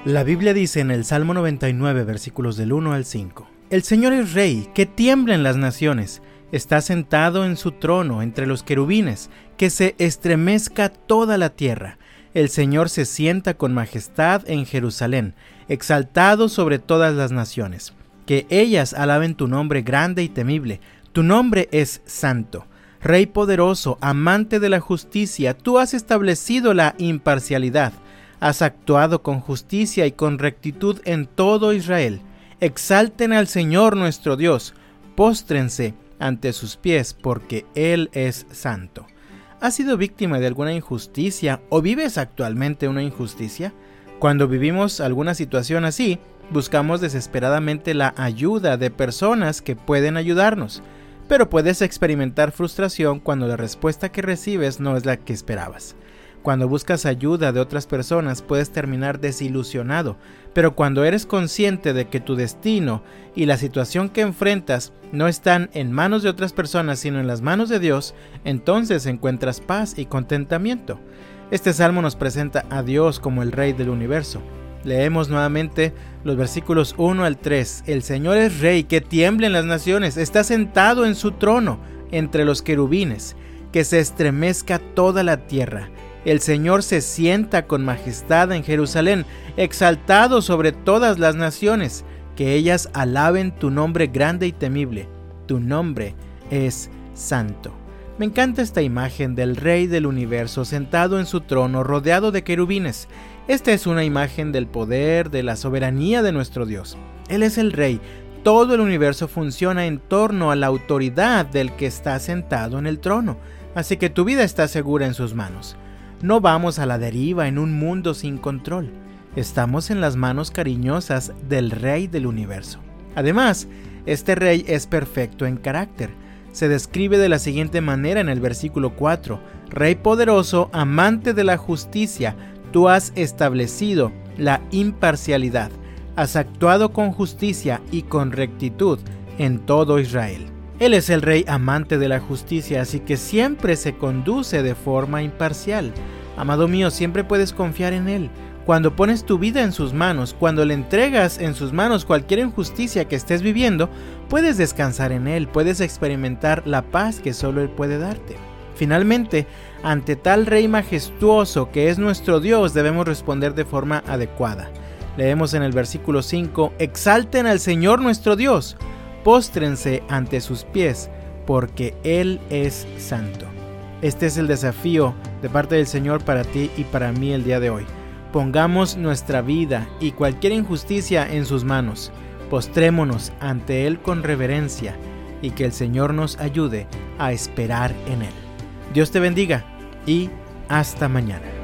La Biblia dice en el Salmo 99, versículos del 1 al 5: El Señor es Rey, que tiemblen las naciones. Está sentado en su trono entre los querubines, que se estremezca toda la tierra. El Señor se sienta con majestad en Jerusalén, exaltado sobre todas las naciones. Que ellas alaben tu nombre grande y temible. Tu nombre es santo. Rey poderoso, amante de la justicia, tú has establecido la imparcialidad. Has actuado con justicia y con rectitud en todo Israel. Exalten al Señor nuestro Dios. Póstrense ante sus pies, porque Él es santo. ¿Has sido víctima de alguna injusticia o vives actualmente una injusticia? Cuando vivimos alguna situación así, buscamos desesperadamente la ayuda de personas que pueden ayudarnos, pero puedes experimentar frustración cuando la respuesta que recibes no es la que esperabas. Cuando buscas ayuda de otras personas puedes terminar desilusionado, pero cuando eres consciente de que tu destino y la situación que enfrentas no están en manos de otras personas sino en las manos de Dios, entonces encuentras paz y contentamiento. Este salmo nos presenta a Dios como el Rey del universo. Leemos nuevamente los versículos 1 al 3. El Señor es Rey, que tiemblen las naciones, está sentado en su trono entre los querubines, que se estremezca toda la tierra. El Señor se sienta con majestad en Jerusalén, exaltado sobre todas las naciones. Que ellas alaben tu nombre grande y temible. Tu nombre es santo. Me encanta esta imagen del Rey del universo sentado en su trono rodeado de querubines. Esta es una imagen del poder, de la soberanía de nuestro Dios. Él es el Rey. Todo el universo funciona en torno a la autoridad del que está sentado en el trono. Así que tu vida está segura en sus manos. No vamos a la deriva en un mundo sin control. Estamos en las manos cariñosas del Rey del universo. Además, este Rey es perfecto en carácter. Se describe de la siguiente manera en el versículo 4. Rey poderoso, amante de la justicia, tú has establecido la imparcialidad. Has actuado con justicia y con rectitud en todo Israel. Él es el Rey amante de la justicia, así que siempre se conduce de forma imparcial. Amado mío, siempre puedes confiar en Él. Cuando pones tu vida en sus manos, cuando le entregas en sus manos cualquier injusticia que estés viviendo, puedes descansar en Él, puedes experimentar la paz que solo Él puede darte. Finalmente, ante tal Rey majestuoso que es nuestro Dios, debemos responder de forma adecuada. Leemos en el versículo 5, exalten al Señor nuestro Dios. Póstrense ante sus pies, porque Él es santo. Este es el desafío de parte del Señor para ti y para mí el día de hoy. Pongamos nuestra vida y cualquier injusticia en sus manos. Postrémonos ante Él con reverencia y que el Señor nos ayude a esperar en Él. Dios te bendiga y hasta mañana.